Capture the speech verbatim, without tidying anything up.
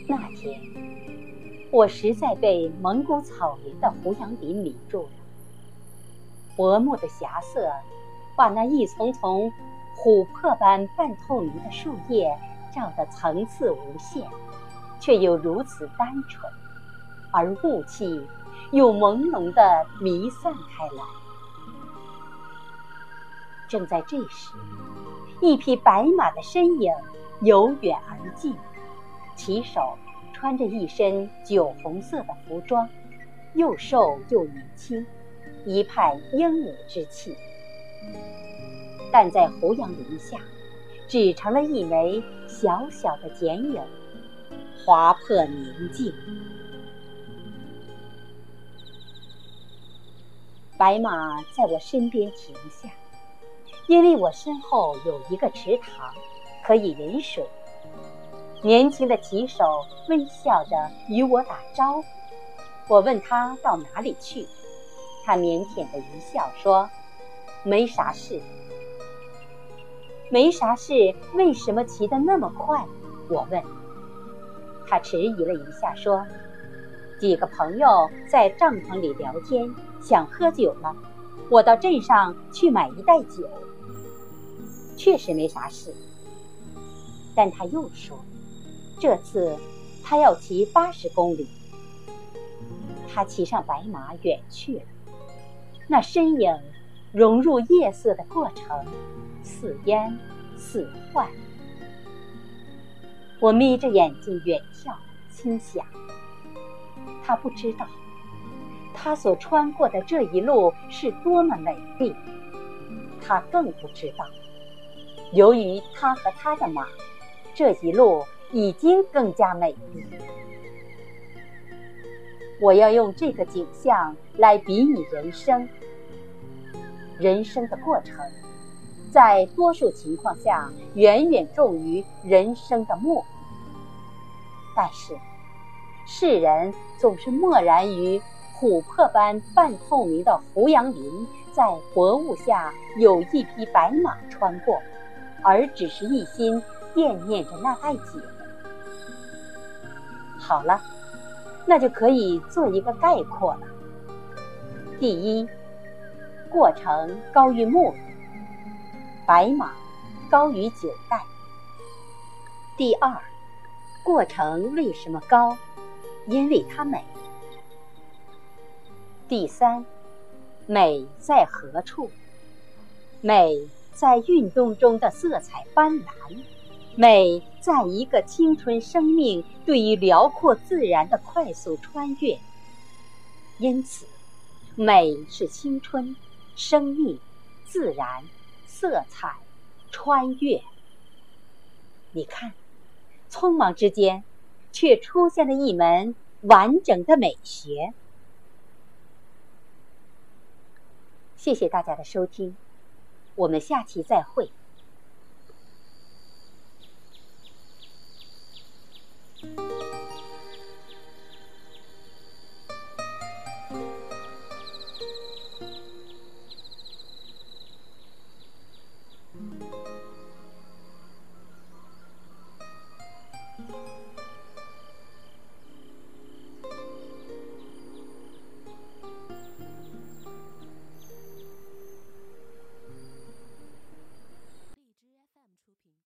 那天，我实在被蒙古草原的胡杨林迷住了。薄暮的霞色把那一丛丛琥珀般半透明的树叶照得层次无限，却又如此单纯，而雾气又朦胧地弥散开来。正在这时，一匹白马的身影由远而近，骑手穿着一身酒红色的服装，又瘦又年轻，一派英武之气。但在胡杨林下，只成了一枚小小的剪影，划破宁静。白马在我身边停下，因为我身后有一个池塘，可以饮水。年轻的骑手微笑着与我打招呼，我问他到哪里去，他腼腆的一笑说：“没啥事。”没啥事，为什么骑得那么快？我问。他迟疑了一下说：“几个朋友在帐篷里聊天，想喝酒了，我到镇上去买一袋酒。”确实没啥事。但他又说，这次他要骑八十公里。他骑上白马远去了，那身影融入夜色的过程似烟似幻。我眯着眼睛远眺，心想，他不知道他所穿过的这一路是多么美丽，他更不知道由于他和他的马，这一路已经更加美丽。我要用这个景象来比拟人生。人生的过程在多数情况下远远重于人生的目的，但是世人总是漠然于琥珀般半透明的胡杨林在薄雾下有一匹白马穿过，而只是一心惦念着那袋酒。好了，那就可以做一个概括了。第一，过程高于目的，白马高于酒袋。第二，过程为什么高？因为它美。第三，美在何处？美在运动中的色彩斑斓，美在一个青春生命对于辽阔自然的快速穿越。因此，美是青春、生命、自然、色彩、穿越。你看，匆忙之间却出现了一门完整的美学。谢谢大家的收听，我们下期再会。